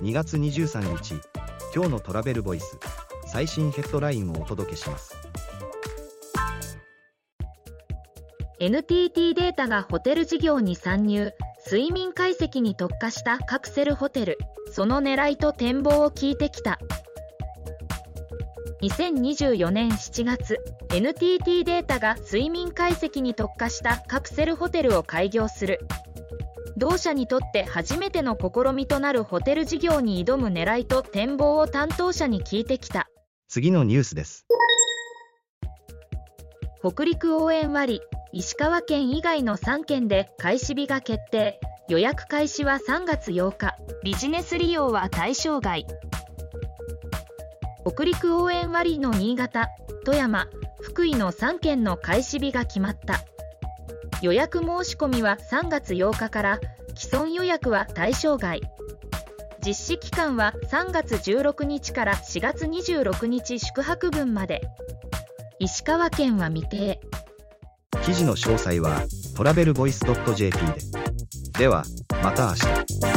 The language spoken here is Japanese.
2月23日、今日のトラベルボイス、最新ヘッドラインをお届けします。 NTT データがホテル事業に参入、睡眠解析に特化したカプセルホテル、その狙いと展望を聞いてきた。2024年7月、NTT データが睡眠解析に特化したカプセルホテルを開業する。同社にとって初めての試みとなるホテル事業に挑む狙いと展望を担当者に聞いてきた。 次のニュースです。 北陸応援割、石川県以外の3県で開始日が決定。予約開始は3月8日。ビジネス利用は対象外。北陸応援割の新潟、富山、福井の3県の開始日が決まった。予約申し込みは3月8日から、既存予約は対象外。実施期間は3月16日から4月26日宿泊分まで。石川県は未定。 記事の詳細はトラベルボイス .jp で。では、また明日。